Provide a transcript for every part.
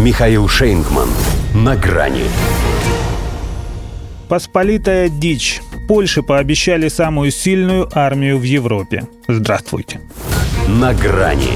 Михаил Шейнгман. На грани. Посполитая дичь. Польше пообещали самую сильную армию в Европе. Здравствуйте. На грани.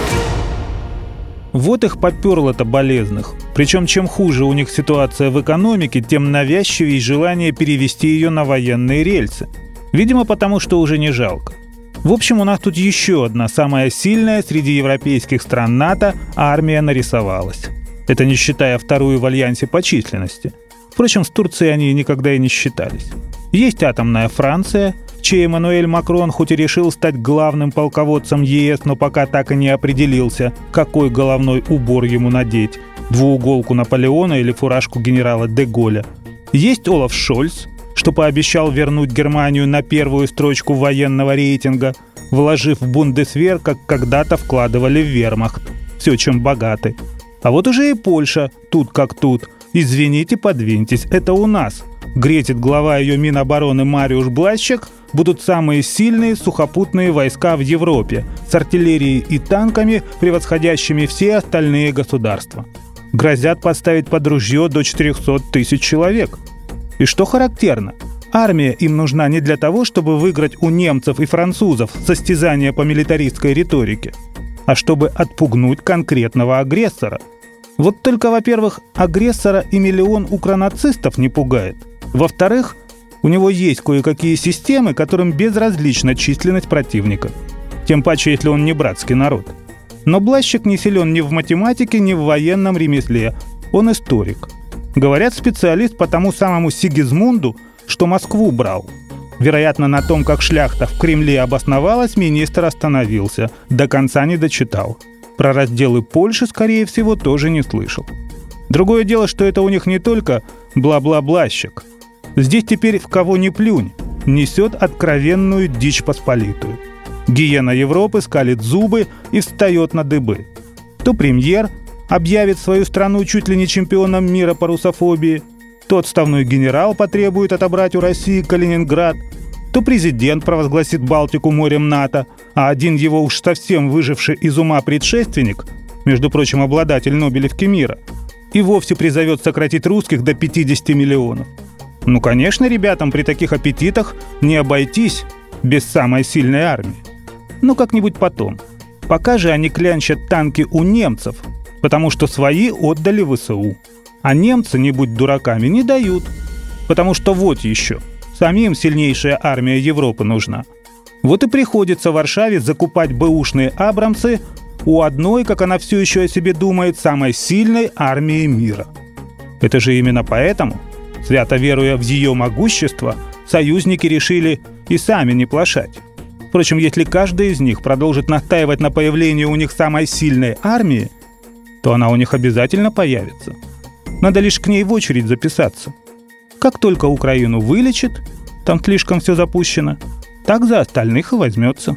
Вот их поперло-то болезных. Причем чем хуже у них ситуация в экономике, тем навязчивее желание перевести ее на военные рельсы. Видимо, потому что уже не жалко. В общем, у нас тут еще одна самая сильная среди европейских стран НАТО армия нарисовалась. Это не считая вторую в альянсе по численности. Впрочем, с Турцией они никогда и не считались. Есть атомная Франция, чей Эммануэль Макрон хоть и решил стать главным полководцем ЕС, но пока так и не определился, какой головной убор ему надеть – двууголку Наполеона или фуражку генерала де Голля. Есть Олаф Шольц, что пообещал вернуть Германию на первую строчку военного рейтинга, вложив в Бундесвер, как когда-то вкладывали в вермахт. Все, чем богаты. А вот уже и Польша, тут как тут. Извините, подвиньтесь, это у нас. Гретит глава ее Минобороны Мариуш Блащак, будут самые сильные сухопутные войска в Европе, с артиллерией и танками, превосходящими все остальные государства. Грозят поставить под ружье до 400 тысяч человек. И что характерно, армия им нужна не для того, чтобы выиграть у немцев и французов состязания по милитаристской риторике, а чтобы отпугнуть конкретного агрессора. Вот только, во-первых, агрессора и миллион укронацистов не пугает. Во-вторых, у него есть кое-какие системы, которым безразлична численность противника. Тем паче, если он не братский народ. Но Блащак не силен ни в математике, ни в военном ремесле. Он историк. Говорят, специалист по тому самому Сигизмунду, что Москву брал. Вероятно, на том, как шляхта в Кремле обосновалась, министр остановился. До конца не дочитал. Про разделы Польши, скорее всего, тоже не слышал. Другое дело, что это у них не только бла-бла-блащик. Здесь теперь в кого ни плюнь, несет откровенную дичь посполитую. Гиена Европы скалит зубы и встает на дыбы. То премьер объявит свою страну чуть ли не чемпионом мира по русофобии, то отставной генерал потребует отобрать у России Калининград, то президент провозгласит Балтику морем НАТО, а один его уж совсем выживший из ума предшественник, между прочим, обладатель Нобелевки мира, и вовсе призовет сократить русских до 50 миллионов. Ну, конечно, ребятам при таких аппетитах не обойтись без самой сильной армии. Но как-нибудь потом. Пока же они клянчат танки у немцев, потому что свои отдали ВСУ. А немцы, не будь дураками, не дают. Потому что вот еще, самим сильнейшая армия Европы нужна. Вот и приходится Варшаве закупать бэушные абрамсы у одной, как она все еще о себе думает, самой сильной армии мира. Это же именно поэтому, свято веруя в ее могущество, союзники решили и сами не плашать. Впрочем, если каждый из них продолжит настаивать на появлении у них самой сильной армии, то она у них обязательно появится. Надо лишь к ней в очередь записаться. Как только Украину вылечит, там слишком все запущено, так за остальных и возьмется.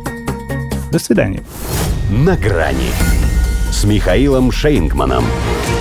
До свидания. На грани с Михаилом Шейнгманом.